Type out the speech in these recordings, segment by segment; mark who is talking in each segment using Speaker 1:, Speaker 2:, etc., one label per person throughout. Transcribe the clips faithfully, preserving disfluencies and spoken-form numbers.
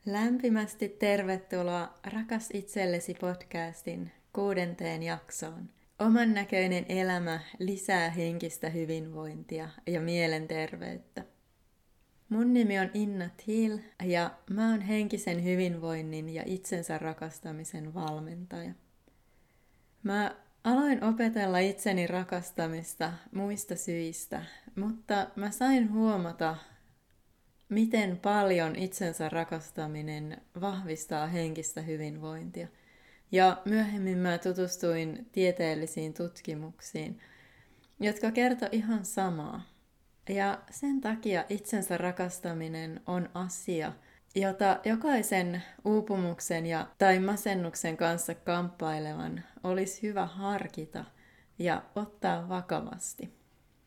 Speaker 1: Lämpimästi tervetuloa Rakas itsellesi podcastin kuudenteen jaksoon. Oman näköinen elämä lisää henkistä hyvinvointia ja mielenterveyttä. Mun nimi on Inna Thiel ja mä oon henkisen hyvinvoinnin ja itsensä rakastamisen valmentaja. Mä aloin opetella itseni rakastamista muista syistä, mutta mä sain huomata, miten paljon itsensä rakastaminen vahvistaa henkistä hyvinvointia. Ja myöhemmin mä tutustuin tieteellisiin tutkimuksiin, jotka kertoi ihan samaa. Ja sen takia itsensä rakastaminen on asia, jota jokaisen uupumuksen ja tai masennuksen kanssa kamppailevan olisi hyvä harkita ja ottaa vakavasti.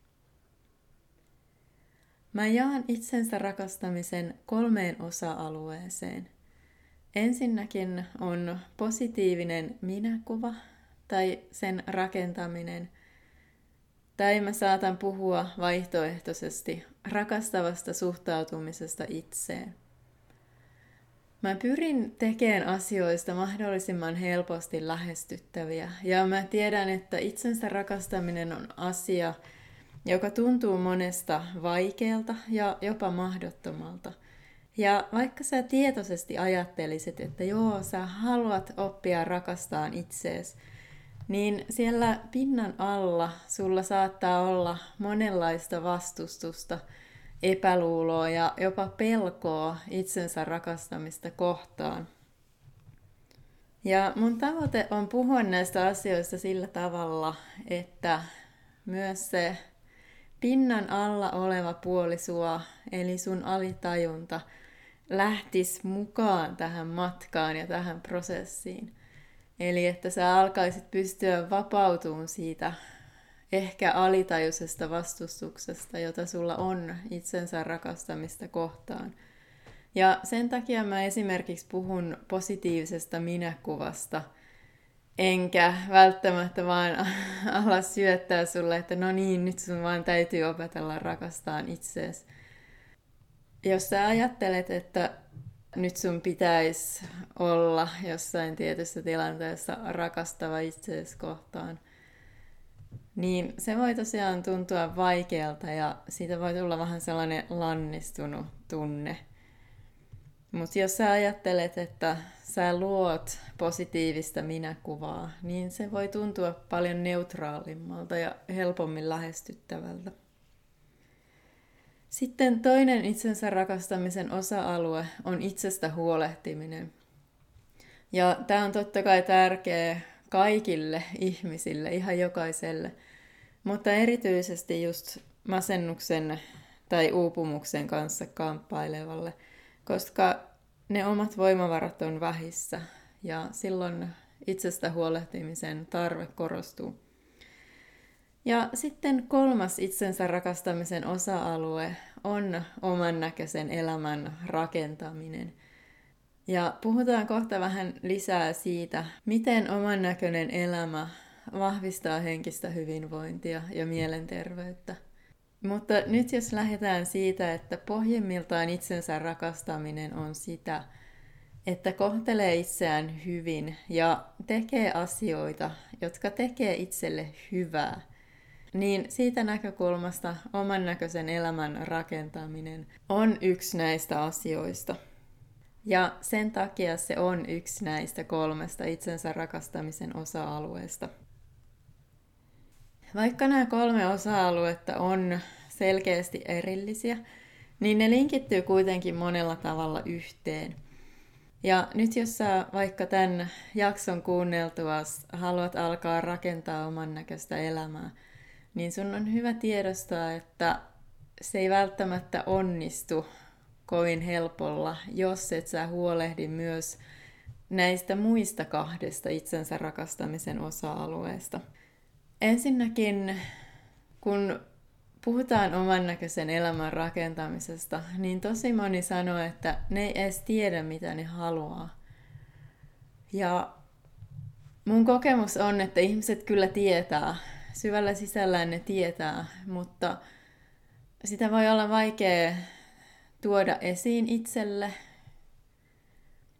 Speaker 1: Mä jaan itsensä rakastamisen kolmeen osa-alueeseen. Ensinnäkin on positiivinen minäkuva tai sen rakentaminen. Tai mä saatan puhua vaihtoehtoisesti rakastavasta suhtautumisesta itseen. Mä pyrin tekemään asioista mahdollisimman helposti lähestyttäviä. Ja mä tiedän, että itsensä rakastaminen on asia, joka tuntuu monesta vaikealta ja jopa mahdottomalta. Ja vaikka sä tietoisesti ajattelisit, että joo, sä haluat oppia rakastaan itseesi, niin siellä pinnan alla sulla saattaa olla monenlaista vastustusta, epäluuloa ja jopa pelkoa itsensä rakastamista kohtaan. Ja mun tavoite on puhua näistä asioista sillä tavalla, että myös se pinnan alla oleva puoli sua, eli sun alitajunta, lähtisi mukaan tähän matkaan ja tähän prosessiin. Eli että sä alkaisit pystyä vapautumaan siitä ehkä alitajuisesta vastustuksesta, jota sulla on itsensä rakastamista kohtaan. Ja sen takia mä esimerkiksi puhun positiivisesta minäkuvasta, enkä välttämättä vaan ala syöttää sulle, että no niin, nyt sun vaan täytyy opetella rakastaan itseesi. Jos sä ajattelet, että nyt sun pitäisi olla jossain tietyssä tilanteessa rakastava itseesi kohtaan, niin se voi tosiaan tuntua vaikealta ja siitä voi tulla vähän sellainen lannistunut tunne. Mutta jos sä ajattelet, että sä luot positiivista minäkuvaa, niin se voi tuntua paljon neutraalimmalta ja helpommin lähestyttävältä. Sitten toinen itsensä rakastamisen osa-alue on itsestä huolehtiminen. Ja tämä on totta kai tärkeä kaikille ihmisille, ihan jokaiselle, mutta erityisesti just masennuksen tai uupumuksen kanssa kamppailevalle, koska ne omat voimavarat on vähissä ja silloin itsestä huolehtimisen tarve korostuu. Ja sitten kolmas itsensä rakastamisen osa-alue on oman näköisen elämän rakentaminen. Ja puhutaan kohta vähän lisää siitä, miten oman näköinen elämä vahvistaa henkistä hyvinvointia ja mielenterveyttä. Mutta nyt jos lähdetään siitä, että pohjimmiltaan itsensä rakastaminen on sitä, että kohtelee itseään hyvin ja tekee asioita, jotka tekee itselle hyvää, niin siitä näkökulmasta oman näköisen elämän rakentaminen on yksi näistä asioista. Ja sen takia se on yksi näistä kolmesta itsensä rakastamisen osa-alueesta. Vaikka nämä kolme osa-aluetta on selkeästi erillisiä, niin ne linkittyy kuitenkin monella tavalla yhteen. Ja nyt jos sä vaikka tämän jakson kuunneltuas haluat alkaa rakentaa oman näköistä elämää, niin sun on hyvä tiedostaa, että se ei välttämättä onnistu kovin helpolla, jos et sä huolehdi myös näistä muista kahdesta itsensä rakastamisen osa-alueesta. Ensinnäkin, kun puhutaan oman näköisen elämän rakentamisesta, niin tosi moni sanoo, että ne ei edes tiedä, mitä ne haluaa. Ja mun kokemus on, että ihmiset kyllä tietää, syvällä sisällään ne tietää, mutta sitä voi olla vaikea tuoda esiin itselle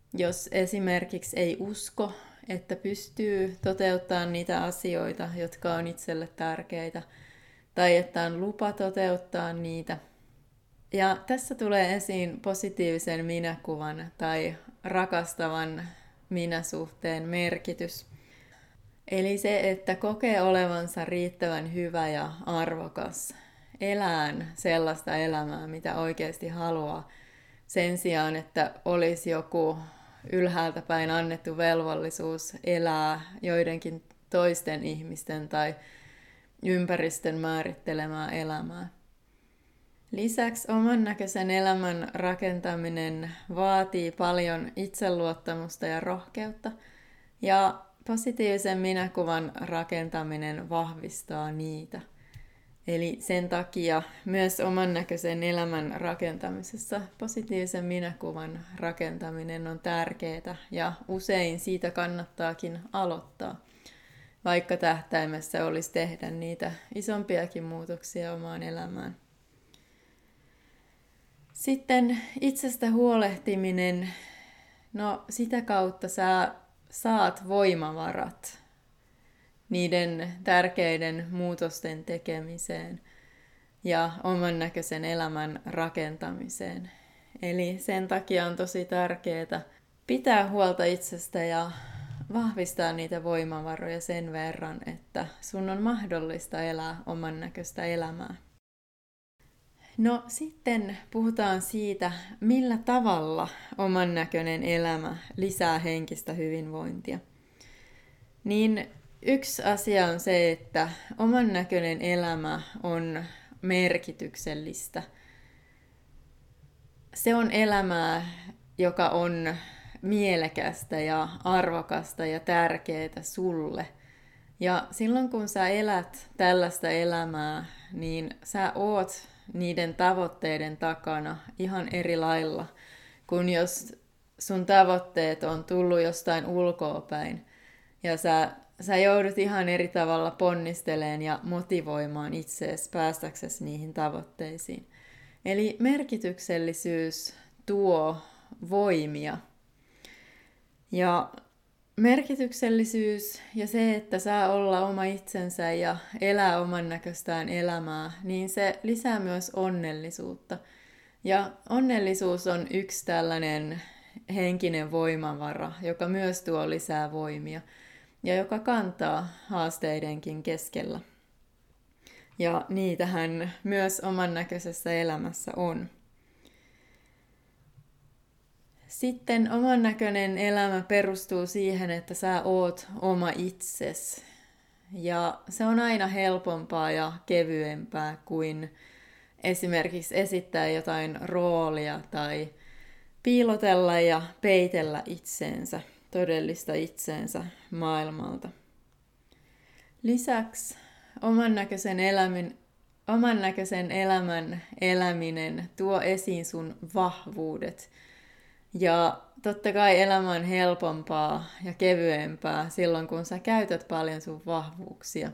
Speaker 1: Jos esimerkiksi ei usko, että pystyy toteuttamaan niitä asioita, jotka on itselle tärkeitä, tai että on lupa toteuttaa niitä. Ja tässä tulee esiin positiivisen minäkuvan tai rakastavan minäsuhteen merkitys. Eli se, että kokee olevansa riittävän hyvä ja arvokas, elään sellaista elämää, mitä oikeasti haluaa, sen sijaan, että olisi joku ylhäältä päin annettu velvollisuus elää joidenkin toisten ihmisten tai ympäristön määrittelemää elämää. Lisäksi oman näköisen elämän rakentaminen vaatii paljon itseluottamusta ja rohkeutta, ja positiivisen minäkuvan rakentaminen vahvistaa niitä. Eli sen takia myös oman näköisen elämän rakentamisessa positiivisen minäkuvan rakentaminen on tärkeää, ja usein siitä kannattaakin aloittaa, vaikka tähtäimessä olisi tehdä niitä isompiakin muutoksia omaan elämään. Sitten itsestä huolehtiminen, no sitä kautta sä saat voimavarat niiden tärkeiden muutosten tekemiseen ja oman näköisen elämän rakentamiseen. Eli sen takia on tosi tärkeää pitää huolta itsestä ja vahvistaa niitä voimavaroja sen verran, että sun on mahdollista elää oman näköistä elämää. No sitten puhutaan siitä, millä tavalla oman näköinen elämä lisää henkistä hyvinvointia. Niin yksi asia on se, että oman näköinen elämä on merkityksellistä. Se on elämää, joka on mielekästä ja arvokasta ja tärkeää sulle. Ja silloin kun sä elät tällaista elämää, niin sä oot niiden tavoitteiden takana ihan eri lailla, kuin jos sun tavoitteet on tullut jostain ulkoapäin ja sä, sä joudut ihan eri tavalla ponnisteleen ja motivoimaan itseesi päästäksesi niihin tavoitteisiin. Eli merkityksellisyys tuo voimia. Ja merkityksellisyys ja se, että saa olla oma itsensä ja elää oman näköistään elämää, niin se lisää myös onnellisuutta. Ja onnellisuus on yksi tällainen henkinen voimavara, joka myös tuo lisää voimia ja joka kantaa haasteidenkin keskellä. Ja niitähän myös oman näköisessä elämässä on. Sitten oman näköinen elämä perustuu siihen, että sä oot oma itses. Ja se on aina helpompaa ja kevyempää kuin esimerkiksi esittää jotain roolia tai piilotella ja peitellä itseensä, todellista itseensä maailmalta. Lisäksi oman näköisen elämän, oman näköisen elämän eläminen tuo esiin sun vahvuudet. Ja totta kai elämä on helpompaa ja kevyempää silloin, kun sä käytät paljon sun vahvuuksia.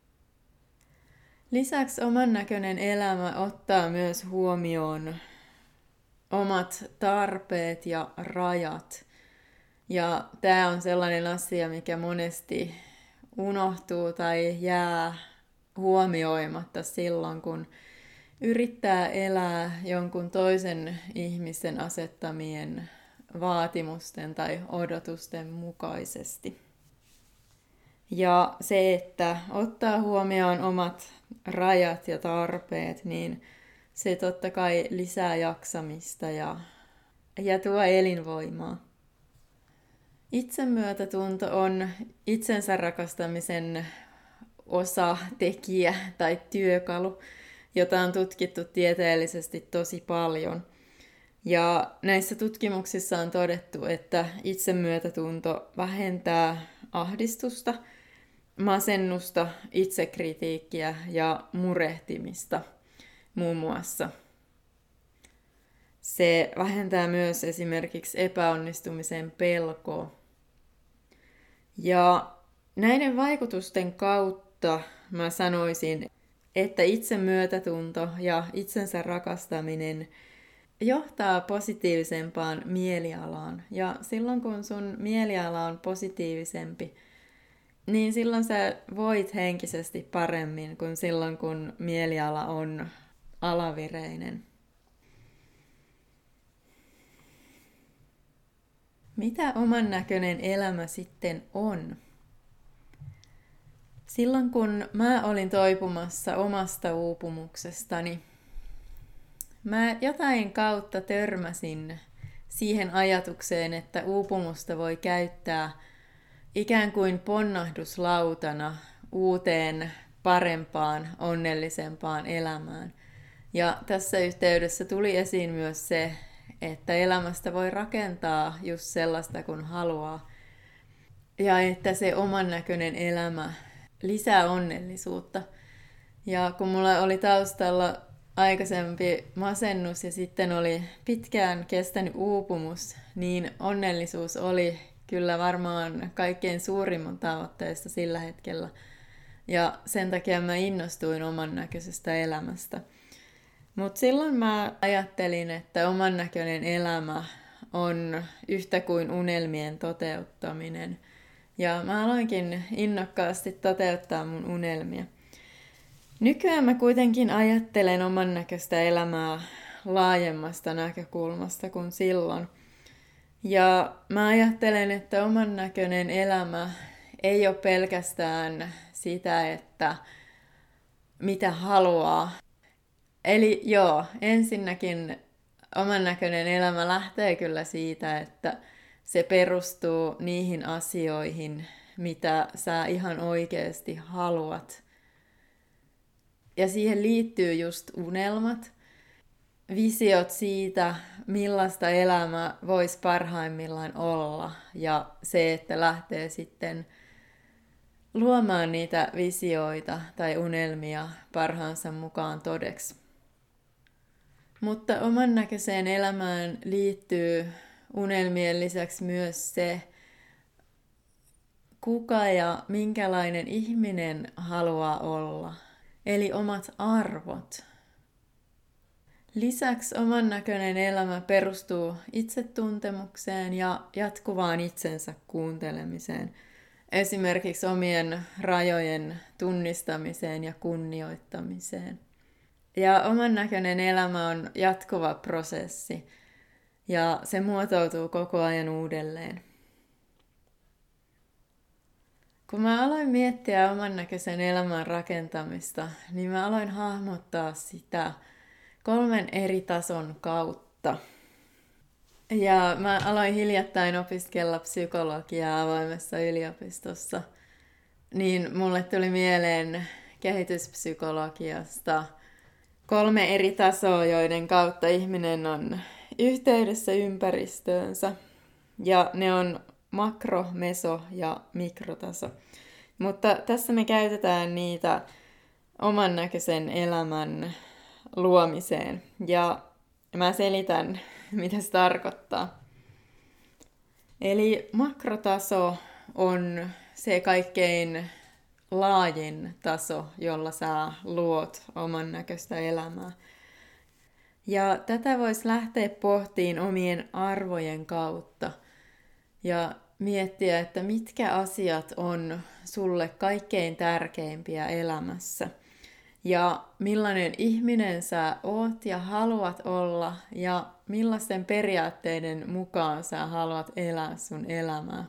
Speaker 1: Lisäksi oman näköinen elämä ottaa myös huomioon omat tarpeet ja rajat. Ja tämä on sellainen asia, mikä monesti unohtuu tai jää huomioimatta silloin, kun yrittää elää jonkun toisen ihmisen asettamien vaatimusten tai odotusten mukaisesti. Ja se, että ottaa huomioon omat rajat ja tarpeet, niin se totta kai lisää jaksamista ja, ja tuo elinvoimaa. Itsemyötätunto on itsensä rakastamisen osa, tekijä tai työkalu, jota on tutkittu tieteellisesti tosi paljon. Ja näissä tutkimuksissa on todettu, että itsemyötätunto vähentää ahdistusta, masennusta, itsekritiikkiä ja murehtimista muun muassa. Se vähentää myös esimerkiksi epäonnistumisen pelkoa. Ja näiden vaikutusten kautta mä sanoisin, että itsemyötätunto ja itsensä rakastaminen johtaa positiivisempaan mielialaan. Ja silloin kun sun mieliala on positiivisempi, niin silloin sä voit henkisesti paremmin kuin silloin kun mieliala on alavireinen. Mitä oman näköinen elämä sitten on? Silloin kun mä olin toipumassa omasta uupumuksestani, mä jotain kautta törmäsin siihen ajatukseen, että uupumusta voi käyttää ikään kuin ponnahduslautana uuteen, parempaan, onnellisempaan elämään. Ja tässä yhteydessä tuli esiin myös se, että elämästä voi rakentaa just sellaista kun haluaa. Ja että se oman näköinen elämä lisää onnellisuutta. Ja kun mulla oli taustalla aikaisempi masennus ja sitten oli pitkään kestänyt uupumus, niin onnellisuus oli kyllä varmaan kaikkein suurimman tavoitteesta sillä hetkellä. Ja sen takia mä innostuin oman näköisestä elämästä. Mutta silloin mä ajattelin, että oman näköinen elämä on yhtä kuin unelmien toteuttaminen. Ja mä aloinkin innokkaasti toteuttaa mun unelmia. Nykyään mä kuitenkin ajattelen oman näköistä elämää laajemmasta näkökulmasta kuin silloin. Ja mä ajattelen, että oman näköinen elämä ei ole pelkästään sitä, että mitä haluaa. Eli joo, ensinnäkin oman näköinen elämä lähtee kyllä siitä, että se perustuu niihin asioihin, mitä sä ihan oikeasti haluat. Ja siihen liittyy just unelmat, visiot siitä, millaista elämä voisi parhaimmillaan olla. Ja se, että lähtee sitten luomaan niitä visioita tai unelmia parhaansa mukaan todeksi. Mutta oman näköiseen elämään liittyy unelmien lisäksi myös se, kuka ja minkälainen ihminen haluaa olla. Eli omat arvot. Lisäksi oman näköinen elämä perustuu itsetuntemukseen ja jatkuvaan itsensä kuuntelemiseen. Esimerkiksi omien rajojen tunnistamiseen ja kunnioittamiseen. Ja oman näköinen elämä on jatkuva prosessi ja se muotoutuu koko ajan uudelleen. Kun mä aloin miettiä oman näköisen elämän rakentamista, niin mä aloin hahmottaa sitä kolmen eri tason kautta. Ja mä aloin hiljattain opiskella psykologiaa avoimessa yliopistossa. Niin mulle tuli mieleen kehityspsykologiasta kolme eri tasoa, joiden kautta ihminen on yhteydessä ympäristöönsä. Ja ne on makro-, meso- ja mikrotaso. Mutta tässä me käytetään niitä oman näköisen elämän luomiseen. Ja mä selitän, mitä se tarkoittaa. Eli makrotaso on se kaikkein laajin taso, jolla sä luot oman näköistä elämää. Ja tätä voisi lähteä pohtiin omien arvojen kautta ja miettiä, että mitkä asiat on sulle kaikkein tärkeimpiä elämässä. Ja millainen ihminen sä oot ja haluat olla ja millaisten periaatteiden mukaan sä haluat elää sun elämää.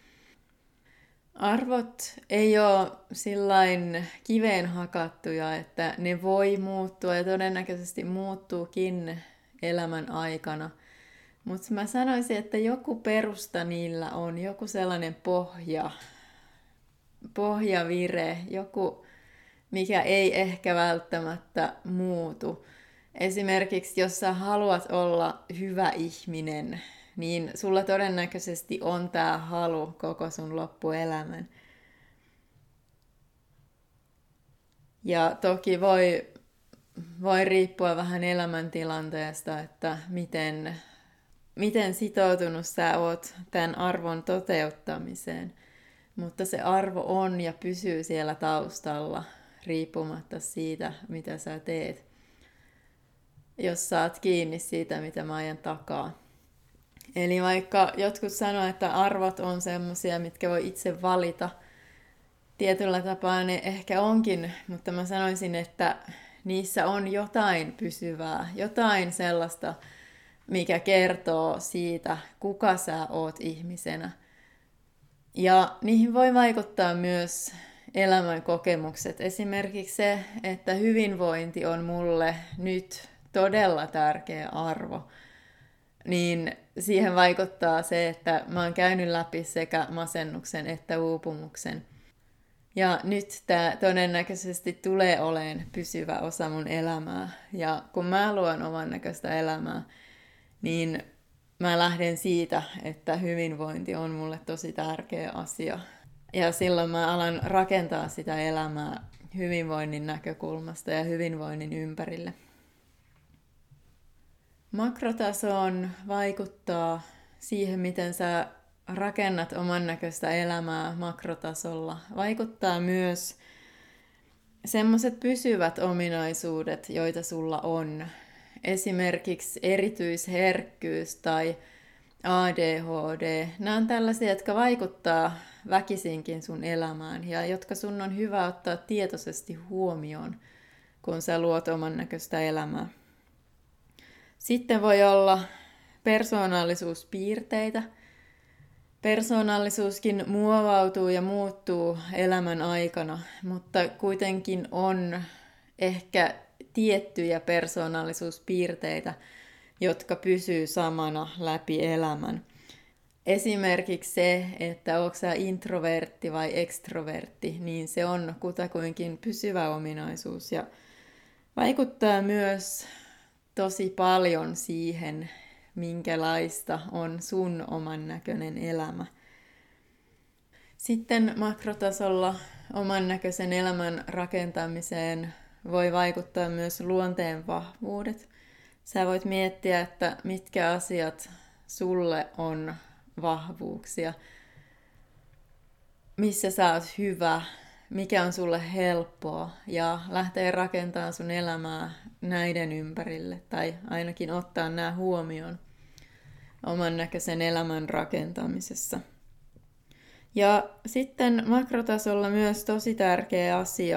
Speaker 1: Arvot ei ole sillain kiveen hakattuja, että ne voi muuttua ja todennäköisesti muuttuukin elämän aikana. Mutta mä sanoisin, että joku perusta niillä on, joku sellainen pohja, pohjavire, joku mikä ei ehkä välttämättä muutu. Esimerkiksi jos sä haluat olla hyvä ihminen, niin sulla todennäköisesti on tää halu koko sun loppuelämän. Ja toki voi, voi riippua vähän elämäntilanteesta, että miten, miten sitoutunut sä oot tämän arvon toteuttamiseen. Mutta se arvo on ja pysyy siellä taustalla, riippumatta siitä, mitä sä teet. jos saat kiinni siitä, mitä mä ajan takaa. Eli vaikka jotkut sanoo, että arvot on semmosia, mitkä voi itse valita, tietyllä tapaa ne ehkä onkin, mutta mä sanoisin, että niissä on jotain pysyvää, jotain sellaista, mikä kertoo siitä, kuka sä oot ihmisenä. Ja niihin voi vaikuttaa myös elämän kokemukset. Esimerkiksi se, että hyvinvointi on mulle nyt todella tärkeä arvo. Niin siihen vaikuttaa se, että mä oon käynyt läpi sekä masennuksen että uupumuksen. Ja nyt tämä todennäköisesti tulee olemaan pysyvä osa mun elämää. Ja kun mä luon oman näköistä elämää, niin mä lähden siitä, että hyvinvointi on mulle tosi tärkeä asia. Ja silloin mä alan rakentaa sitä elämää hyvinvoinnin näkökulmasta ja hyvinvoinnin ympärille. Makrotasoon vaikuttaa siihen, miten sä rakennat oman näköistä elämää makrotasolla. Vaikuttaa myös semmoiset pysyvät ominaisuudet, joita sulla on. Esimerkiksi erityisherkkyys tai A D H D. Nämä on tällaisia, jotka vaikuttaa väkisinkin sun elämään ja jotka sun on hyvä ottaa tietoisesti huomioon, kun sä luot oman näköistä elämää. Sitten voi olla persoonallisuuspiirteitä. Persoonallisuuskin muovautuu ja muuttuu elämän aikana, mutta kuitenkin on ehkä tiettyjä persoonallisuuspiirteitä, jotka pysyy samana läpi elämän. Esimerkiksi se, että onko sä introvertti vai ekstrovertti, niin se on kutakuinkin pysyvä ominaisuus ja vaikuttaa myös tosi paljon siihen, minkälaista on sun oman näköinen elämä. Sitten makrotasolla oman näköisen elämän rakentamiseen voi vaikuttaa myös luonteen vahvuudet. Sä voit miettiä, että mitkä asiat sulle on vahvuuksia, missä sä oot hyvä, mikä on sulle helppoa ja lähtee rakentamaan sun elämää näiden ympärille tai ainakin ottaa nämä huomioon oman näköisen elämän rakentamisessa. Ja sitten makrotasolla myös tosi tärkeä asia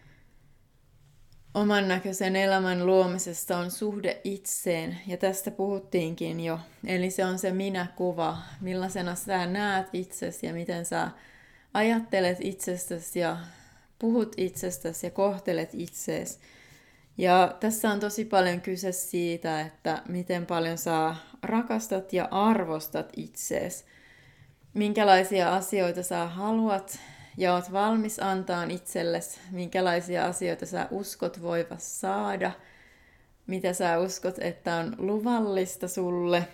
Speaker 1: oman näköisen elämän luomisesta on suhde itseen, ja tästä puhuttiinkin jo. Eli se on se minäkuva, millaisena sä näet itsesi ja miten sä ajattelet itsestäsi ja puhut itsestäsi ja kohtelet itseesi. Ja tässä on tosi paljon kyse siitä, että miten paljon sä rakastat ja arvostat itseesi. Minkälaisia asioita sä haluat ja oot valmis antaa itsellesi, minkälaisia asioita sä uskot voivas saada, mitä sä uskot, että on luvallista sulle,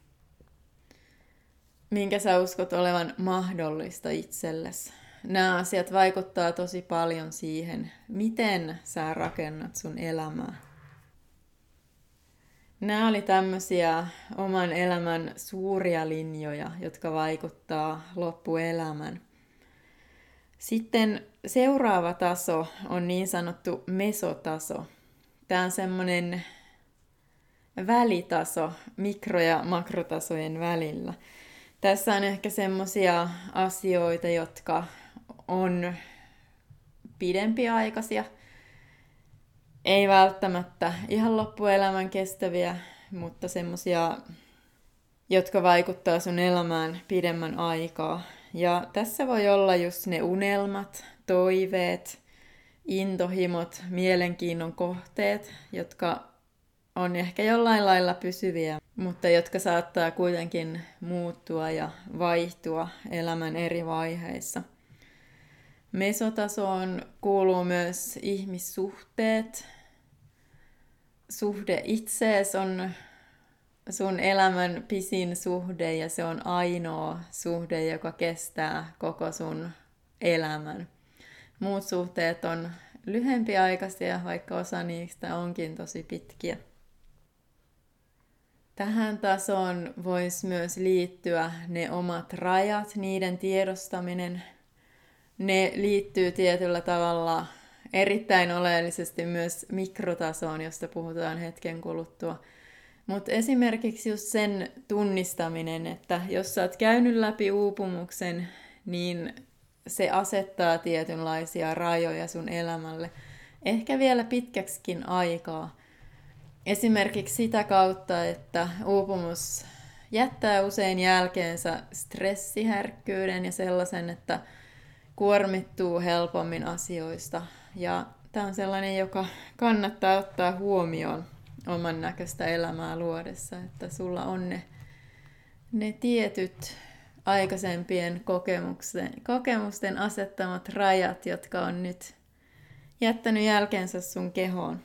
Speaker 1: minkä sä uskot olevan mahdollista itsellesi. Nämä asiat vaikuttaa tosi paljon siihen, miten sä rakennat sun elämää. Nämä oli tämmöisiä oman elämän suuria linjoja, jotka vaikuttaa loppuelämän. Sitten seuraava taso on niin sanottu mesotaso. Tämä on semmoinen välitaso mikro- ja makrotasojen välillä. Tässä on ehkä semmoisia asioita, jotka on pidempiaikaisia. Ei välttämättä ihan loppuelämän kestäviä, mutta semmoisia, jotka vaikuttaa sun elämään pidemmän aikaa. Ja tässä voi olla just ne unelmat, toiveet, intohimot, mielenkiinnon kohteet, jotka on ehkä jollain lailla pysyviä, mutta jotka saattaa kuitenkin muuttua ja vaihtua elämän eri vaiheissa. Mesotasoon kuuluu myös ihmissuhteet. Suhde itseesi on sun elämän pisin suhde ja se on ainoa suhde, joka kestää koko sun elämän. Muut suhteet on lyhempiaikaisia, vaikka osa niistä onkin tosi pitkiä. Tähän tasoon voisi myös liittyä ne omat rajat, niiden tiedostaminen. Ne liittyy tietyllä tavalla erittäin oleellisesti myös mikrotasoon, josta puhutaan hetken kuluttua. Mutta esimerkiksi just sen tunnistaminen, että jos sä oot käynyt läpi uupumuksen, niin se asettaa tietynlaisia rajoja sun elämälle. Ehkä vielä pitkäksikin aikaa. Esimerkiksi sitä kautta, että uupumus jättää usein jälkeensä stressiherkkyyden ja sellaisen, että kuormittuu helpommin asioista. Ja tämä on sellainen, joka kannattaa ottaa huomioon oman näköistä elämää luodessa, että sulla on ne, ne tietyt aikaisempien kokemusten, kokemusten asettamat rajat, jotka on nyt jättänyt jälkeensä sun kehoon.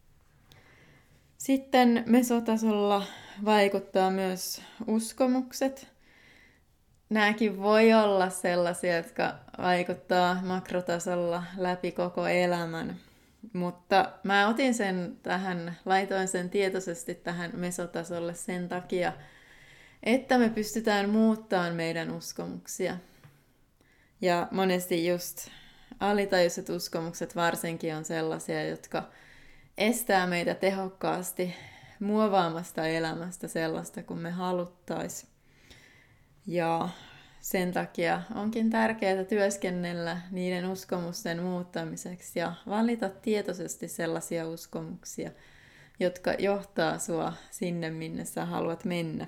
Speaker 1: Sitten mesotasolla vaikuttaa myös uskomukset. Nämäkin voi olla sellaisia, jotka vaikuttaa makrotasolla läpi koko elämän. Mutta mä otin sen tähän, laitoin sen tietoisesti tähän mesotasolle sen takia, että me pystytään muuttamaan meidän uskomuksia. Ja monesti just alitajuiset uskomukset varsinkin on sellaisia, jotka estää meitä tehokkaasti muovaamasta elämästä sellaista kuin me haluttaisiin. Ja sen takia onkin tärkeää työskennellä niiden uskomusten muuttamiseksi ja valita tietoisesti sellaisia uskomuksia, jotka johtaa sua sinne, minne sä haluat mennä.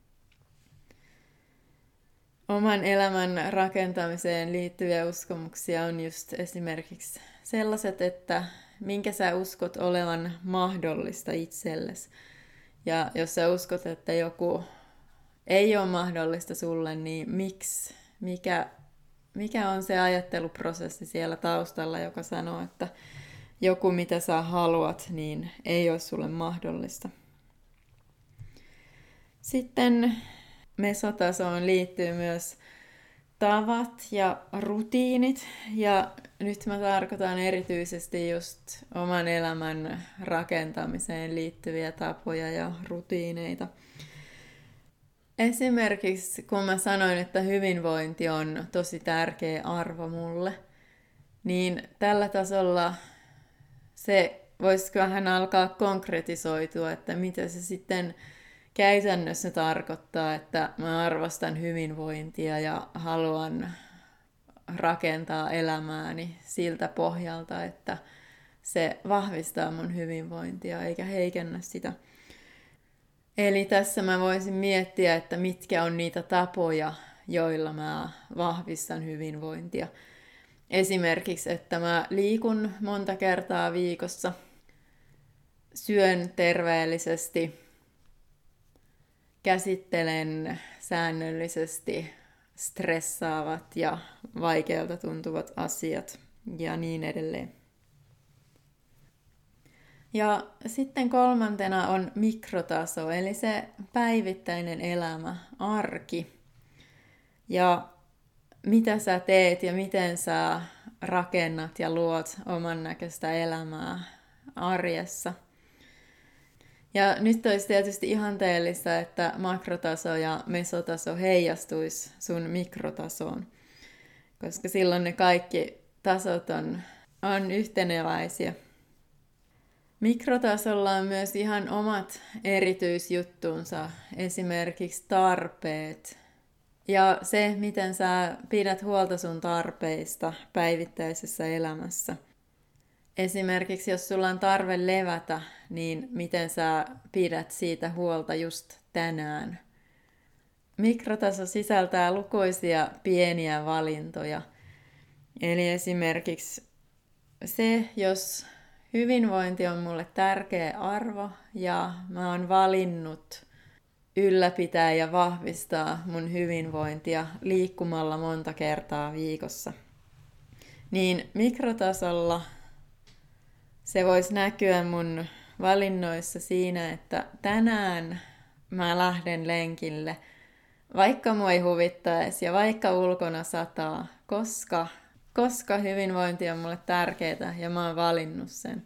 Speaker 1: Oman elämän rakentamiseen liittyviä uskomuksia on just esimerkiksi sellaiset, että minkä sä uskot olevan mahdollista itsellesi. Ja jos sä uskot, että joku ei ole mahdollista sulle, niin miksi? Mikä, mikä on se ajatteluprosessi siellä taustalla, joka sanoo, että joku mitä sä haluat, niin ei ole sulle mahdollista. Sitten mesotasoon liittyy myös tavat ja rutiinit. Ja nyt mä tarkoitan erityisesti just oman elämän rakentamiseen liittyviä tapoja ja rutiineita. Esimerkiksi kun mä sanoin, että hyvinvointi on tosi tärkeä arvo mulle, niin tällä tasolla se voisi vähän alkaa konkretisoitua, että mitä se sitten käytännössä tarkoittaa, että mä arvostan hyvinvointia ja haluan rakentaa elämääni siltä pohjalta, että se vahvistaa mun hyvinvointia eikä heikennä sitä. Eli tässä mä voisin miettiä, että mitkä on niitä tapoja, joilla mä vahvistan hyvinvointia. Esimerkiksi, että mä liikun monta kertaa viikossa, syön terveellisesti, käsittelen säännöllisesti stressaavat ja vaikealta tuntuvat asiat ja niin edelleen. Ja sitten kolmantena on mikrotaso, eli se päivittäinen elämä, arki. Ja mitä sä teet ja miten sä rakennat ja luot oman näköistä elämää arjessa. Ja nyt olisi tietysti ihanteellista, että makrotaso ja mesotaso heijastuisi sun mikrotasoon, koska silloin ne kaikki tasot on, on yhteneväisiä. Mikrotasolla on myös ihan omat erityisjuttunsa, esimerkiksi tarpeet. Ja se, miten sä pidät huolta sun tarpeista päivittäisessä elämässä. Esimerkiksi jos sulla on tarve levätä, niin miten sä pidät siitä huolta just tänään. Mikrotaso sisältää lukuisia pieniä valintoja. Eli esimerkiksi se, jos hyvinvointi on mulle tärkeä arvo ja mä oon valinnut ylläpitää ja vahvistaa mun hyvinvointia liikkumalla monta kertaa viikossa, niin mikrotasolla se voisi näkyä mun valinnoissa siinä, että tänään mä lähden lenkille, vaikka mua ei huvittaisi ja vaikka ulkona sataa, koska, koska hyvinvointi on mulle tärkeää ja mä oon valinnut sen.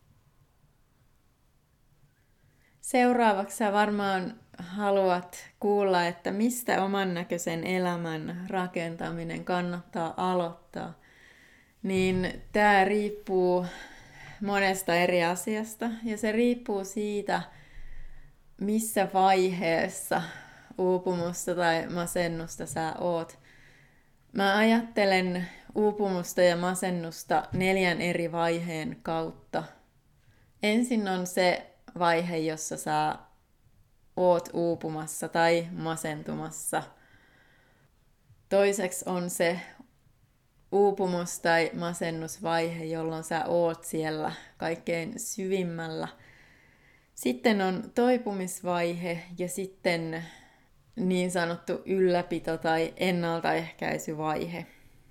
Speaker 1: Seuraavaksi sä varmaan haluat kuulla, että mistä oman näköisen elämän rakentaminen kannattaa aloittaa. niin tämä riippuu monesta eri asiasta ja se riippuu siitä, missä vaiheessa uupumusta tai masennusta sä oot. Mä ajattelen uupumusta ja masennusta neljän eri vaiheen kautta. Ensin on se vaihe, jossa sä oot uupumassa tai masentumassa. Toiseksi on se uupumus- tai masennusvaihe, jolloin sä oot siellä kaikkein syvimmällä. Sitten on toipumisvaihe ja sitten niin sanottu ylläpito- tai ennaltaehkäisyvaihe.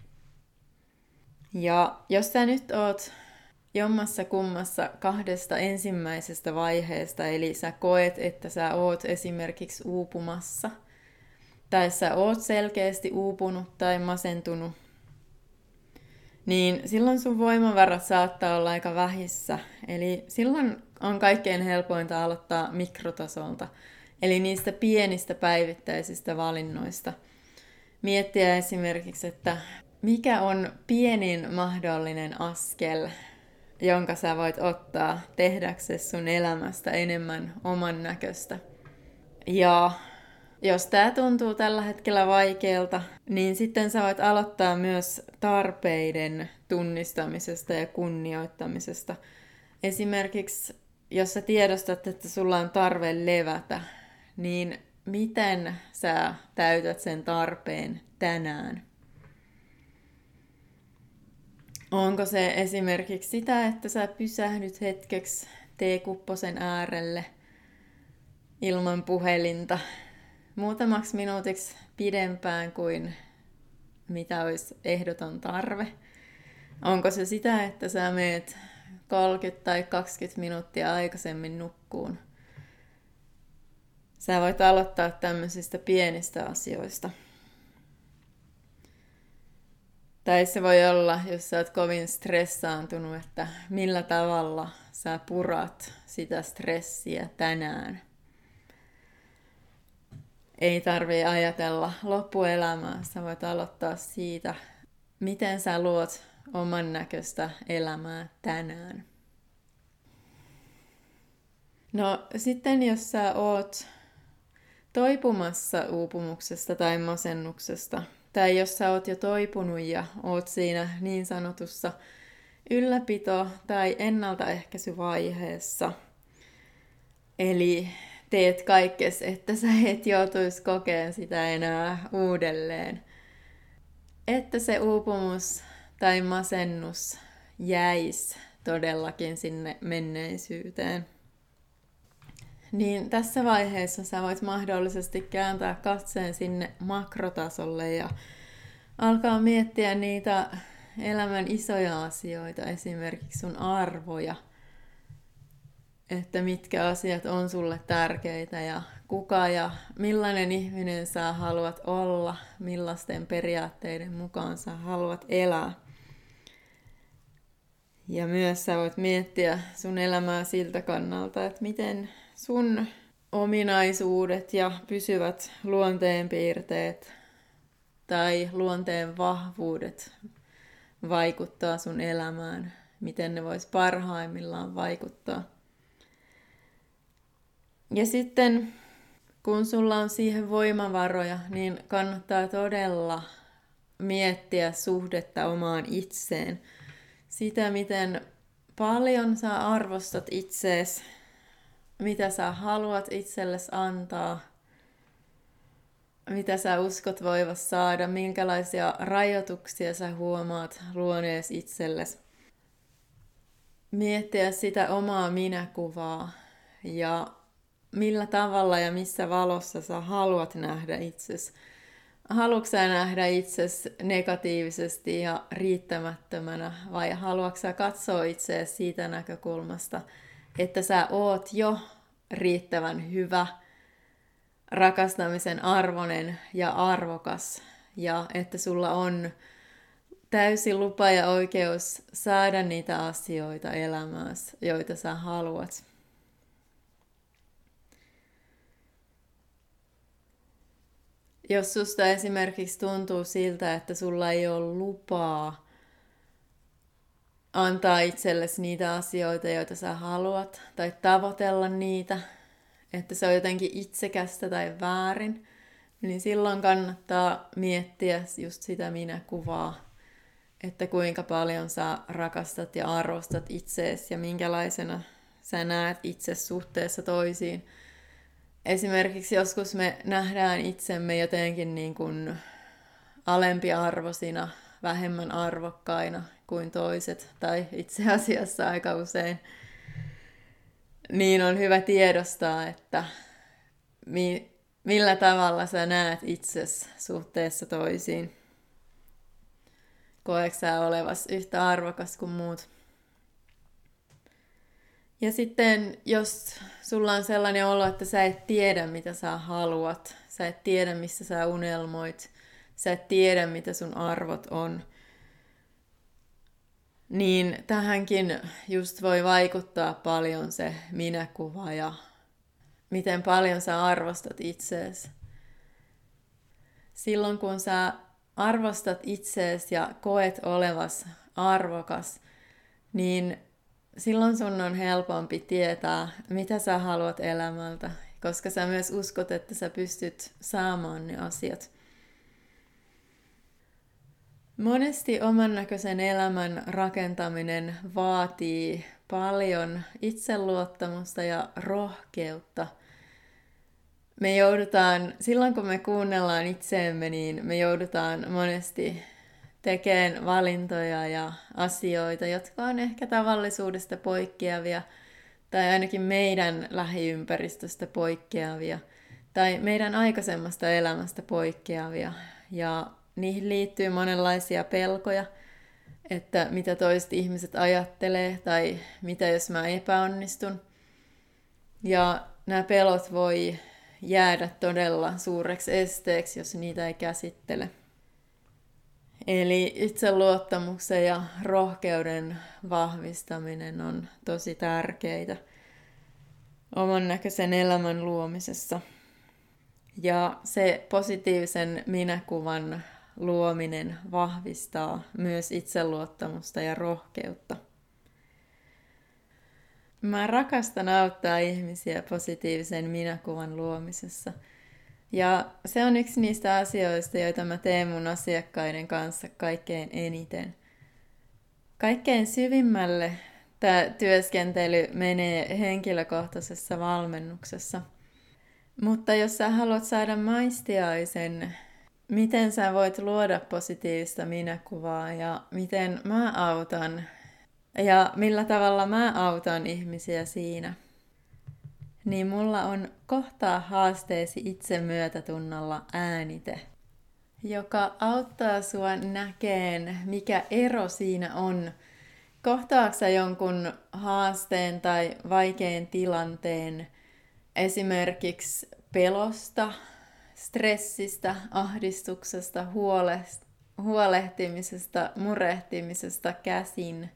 Speaker 1: Ja jos sä nyt oot jommassa kummassa kahdesta ensimmäisestä vaiheesta, eli sä koet, että sä oot esimerkiksi uupumassa, tai sä oot selkeästi uupunut tai masentunut, niin silloin sun voimavarat saattaa olla aika vähissä. Eli silloin on kaikkein helpointa aloittaa mikrotasolta, eli niistä pienistä päivittäisistä valinnoista. Miettiä esimerkiksi, että mikä on pienin mahdollinen askel, jonka sä voit ottaa tehdäksesi sun elämästä enemmän oman näköistä. Ja jos tää tuntuu tällä hetkellä vaikealta, niin sitten sä voit aloittaa myös tarpeiden tunnistamisesta ja kunnioittamisesta. Esimerkiksi jos sä tiedostat, että sulla on tarve levätä, niin miten sä täytät sen tarpeen tänään? Onko se esimerkiksi sitä, että sä pysähdyt hetkeksi teekupposen äärelle ilman puhelinta muutamaksi minuutiksi pidempään kuin mitä olisi ehdoton tarve? Onko se sitä, että sä meet kolmekymmentä tai kaksikymmentä minuuttia aikaisemmin nukkuun? Sä voit aloittaa tämmöisistä pienistä asioista. Tai se voi olla, jos sä oot kovin stressaantunut, että millä tavalla sä purat sitä stressiä tänään. Ei tarvitse ajatella loppuelämää, sä voit aloittaa siitä, miten sä luot oman näköistä elämää tänään. No sitten jos sä oot toipumassa uupumuksesta tai masennuksesta, tai jos sä oot jo toipunut ja oot siinä niin sanotussa ylläpito- tai ennaltaehkäisyvaiheessa, eli teet kaikkes, että sä et joutuisi kokeen sitä enää uudelleen, että se uupumus tai masennus jäisi todellakin sinne menneisyyteen. Niin tässä vaiheessa sä voit mahdollisesti kääntää katseen sinne makrotasolle ja alkaa miettiä niitä elämän isoja asioita, esimerkiksi sun arvoja, että mitkä asiat on sulle tärkeitä ja kuka ja millainen ihminen sä haluat olla, millaisten periaatteiden mukaan sä haluat elää. Ja myös sä voit miettiä sun elämää siltä kannalta, että miten sun ominaisuudet ja pysyvät luonteenpiirteet tai luonteen vahvuudet vaikuttaa sun elämään, miten ne vois parhaimmillaan vaikuttaa. Ja sitten kun sulla on siihen voimavaroja, niin kannattaa todella miettiä suhdetta omaan itseen. Sitä, miten paljon sä arvostat itseesi, mitä sä haluat itsellesi antaa, mitä sä uskot voivasi saada, minkälaisia rajoituksia sä huomaat luoneesi itsellesi. Miettiä sitä omaa minäkuvaa ja millä tavalla ja missä valossa sä haluat nähdä itsesi. Haluatko sä nähdä itsesi negatiivisesti ja riittämättömänä vai haluatko sä katsoa itseäsi siitä näkökulmasta, että sä oot jo riittävän hyvä, rakastamisen arvoinen ja arvokas ja että sulla on täysi lupa ja oikeus saada niitä asioita elämääsi, joita sä haluat. Jos susta esimerkiksi tuntuu siltä, että sulla ei ole lupaa antaa itsellesi niitä asioita, joita sä haluat, tai tavoitella niitä, että se on jotenkin itsekästä tai väärin, niin silloin kannattaa miettiä just sitä minäkuvaa, että kuinka paljon sä rakastat ja arvostat itseesi ja minkälaisena sä näet itse suhteessa toisiin. Esimerkiksi joskus me nähdään itsemme jotenkin niin kuin alempiarvoisina, vähemmän arvokkaina kuin toiset, tai itse asiassa aika usein. Niin on hyvä tiedostaa, että mi- millä tavalla sä näet itsesi suhteessa toisiin. Koetko sä olevas yhtä arvokas kuin muut? Ja sitten jos sulla on sellainen olo, että sä et tiedä mitä sä haluat, sä et tiedä missä sä unelmoit, sä et tiedä mitä sun arvot on, niin tähänkin just voi vaikuttaa paljon se minäkuva ja miten paljon sä arvostat itseesi. Silloin kun sä arvostat itseesi ja koet olevas arvokas, niin silloin sun on helpompi tietää, mitä sä haluat elämältä, koska sä myös uskot, että sä pystyt saamaan ne asiat. Monesti oman näköisen elämän rakentaminen vaatii paljon itseluottamusta ja rohkeutta. Me joudutaan, silloin kun me kuunnellaan itseemme, niin me joudutaan monesti tekemään valintoja ja asioita, jotka on ehkä tavallisuudesta poikkeavia, tai ainakin meidän lähiympäristöstä poikkeavia, tai meidän aikaisemmasta elämästä poikkeavia. Ja niihin liittyy monenlaisia pelkoja, että mitä toiset ihmiset ajattelee, tai mitä jos mä epäonnistun. Ja nämä pelot voi jäädä todella suureksi esteeksi, jos niitä ei käsittele. Eli itseluottamuksen ja rohkeuden vahvistaminen on tosi tärkeitä oman näköisen elämän luomisessa. Ja se positiivisen minäkuvan luominen vahvistaa myös itseluottamusta ja rohkeutta. Mä rakastan auttaa ihmisiä positiivisen minäkuvan luomisessa. Ja se on yksi niistä asioista, joita mä teen mun asiakkaiden kanssa kaikkein eniten. Kaikkein syvimmälle tämä työskentely menee henkilökohtaisessa valmennuksessa. Mutta jos sä haluat saada maistiaisen, miten sä voit luoda positiivista minäkuvaa ja miten mä autan ja millä tavalla mä autan ihmisiä siinä, niin mulla on Kohtaa haasteesi itsemyötätunnolla äänite, joka auttaa sua näkeen, mikä ero siinä on. Kohtaatko sä jonkun haasteen tai vaikean tilanteen esimerkiksi pelosta, stressistä, ahdistuksesta, huolehtimisesta, murehtimisesta käsin,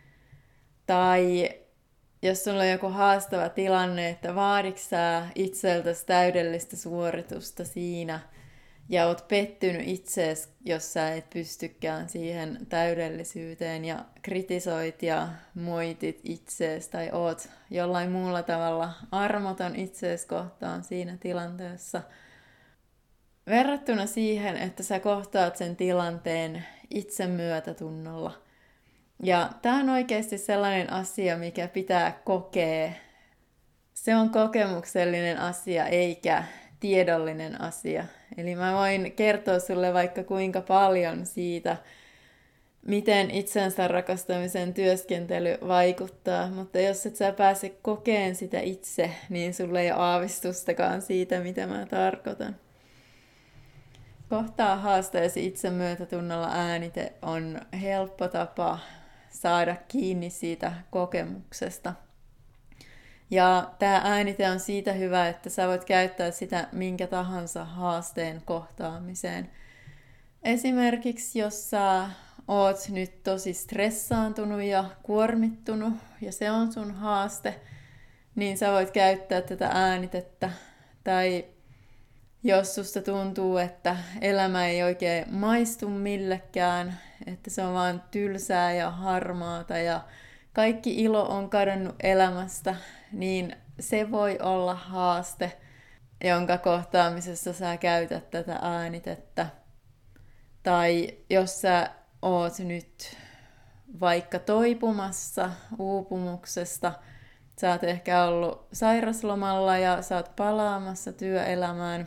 Speaker 1: tai jos sulla on joku haastava tilanne, että vaaditko sä itseltäsi täydellistä suoritusta siinä ja oot pettynyt itseesi, jos sä et pystykään siihen täydellisyyteen ja kritisoit ja moitit itseesi tai oot jollain muulla tavalla armoton itseesi kohtaan siinä tilanteessa. Verrattuna siihen, että sä kohtaat sen tilanteen itsemyötätunnolla. Ja tämä on oikeasti sellainen asia, mikä pitää kokea. Se on kokemuksellinen asia eikä tiedollinen asia. Eli mä voin kertoa sulle vaikka kuinka paljon siitä, miten itsensä rakastamisen työskentely vaikuttaa. Mutta jos et sä pääse kokeen sitä itse, niin sulle ei ole aavistustakaan siitä, mitä mä tarkoitan. Kohtaa haasteesi itsemyötätunnolla äänite on helppo tapa saada kiinni siitä kokemuksesta. Ja tämä äänite on siitä hyvä, että sä voit käyttää sitä minkä tahansa haasteen kohtaamiseen. Esimerkiksi jos sä oot nyt tosi stressaantunut ja kuormittunut ja se on sun haaste, niin sä voit käyttää tätä äänitettä. Tai Jos susta tuntuu, että elämä ei oikein maistu millekään, että se on vaan tylsää ja harmaata ja kaikki ilo on kadonnut elämästä, niin se voi olla haaste, jonka kohtaamisessa sä käytät tätä äänitettä. Tai jos sä oot nyt vaikka toipumassa uupumuksesta, sä oot ehkä ollut sairaslomalla ja sä oot palaamassa työelämään.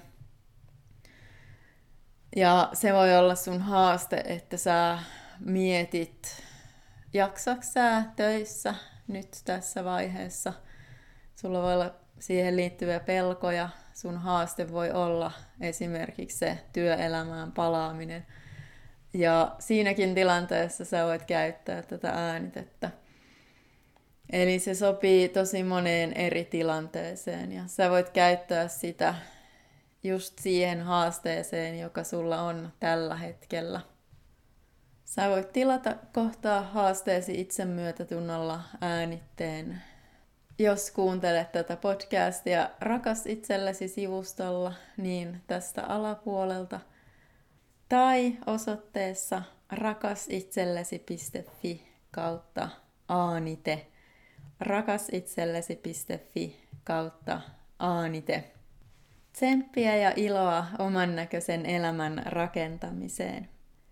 Speaker 1: Ja se voi olla sun haaste, että sä mietit, jaksaks sä töissä nyt tässä vaiheessa. Sulla voi olla siihen liittyviä pelkoja. Sun haaste voi olla esimerkiksi se työelämään palaaminen. Ja siinäkin tilanteessa sä voit käyttää tätä äänitettä. Eli se sopii tosi moneen eri tilanteeseen ja sä voit käyttää sitä just siihen haasteeseen, joka sulla on tällä hetkellä. Sä voit tilata kohtaa haasteesi itsemyötätunnolla äänitteen. Jos kuuntelet tätä podcastia Rakas itsellesi sivustolla, niin tästä alapuolelta tai osoitteessa rakasitsellesi piste fi kautta aanite. rakasitsellesi piste fi kautta aanite. Tsemppiä ja iloa oman näköisen elämän rakentamiseen.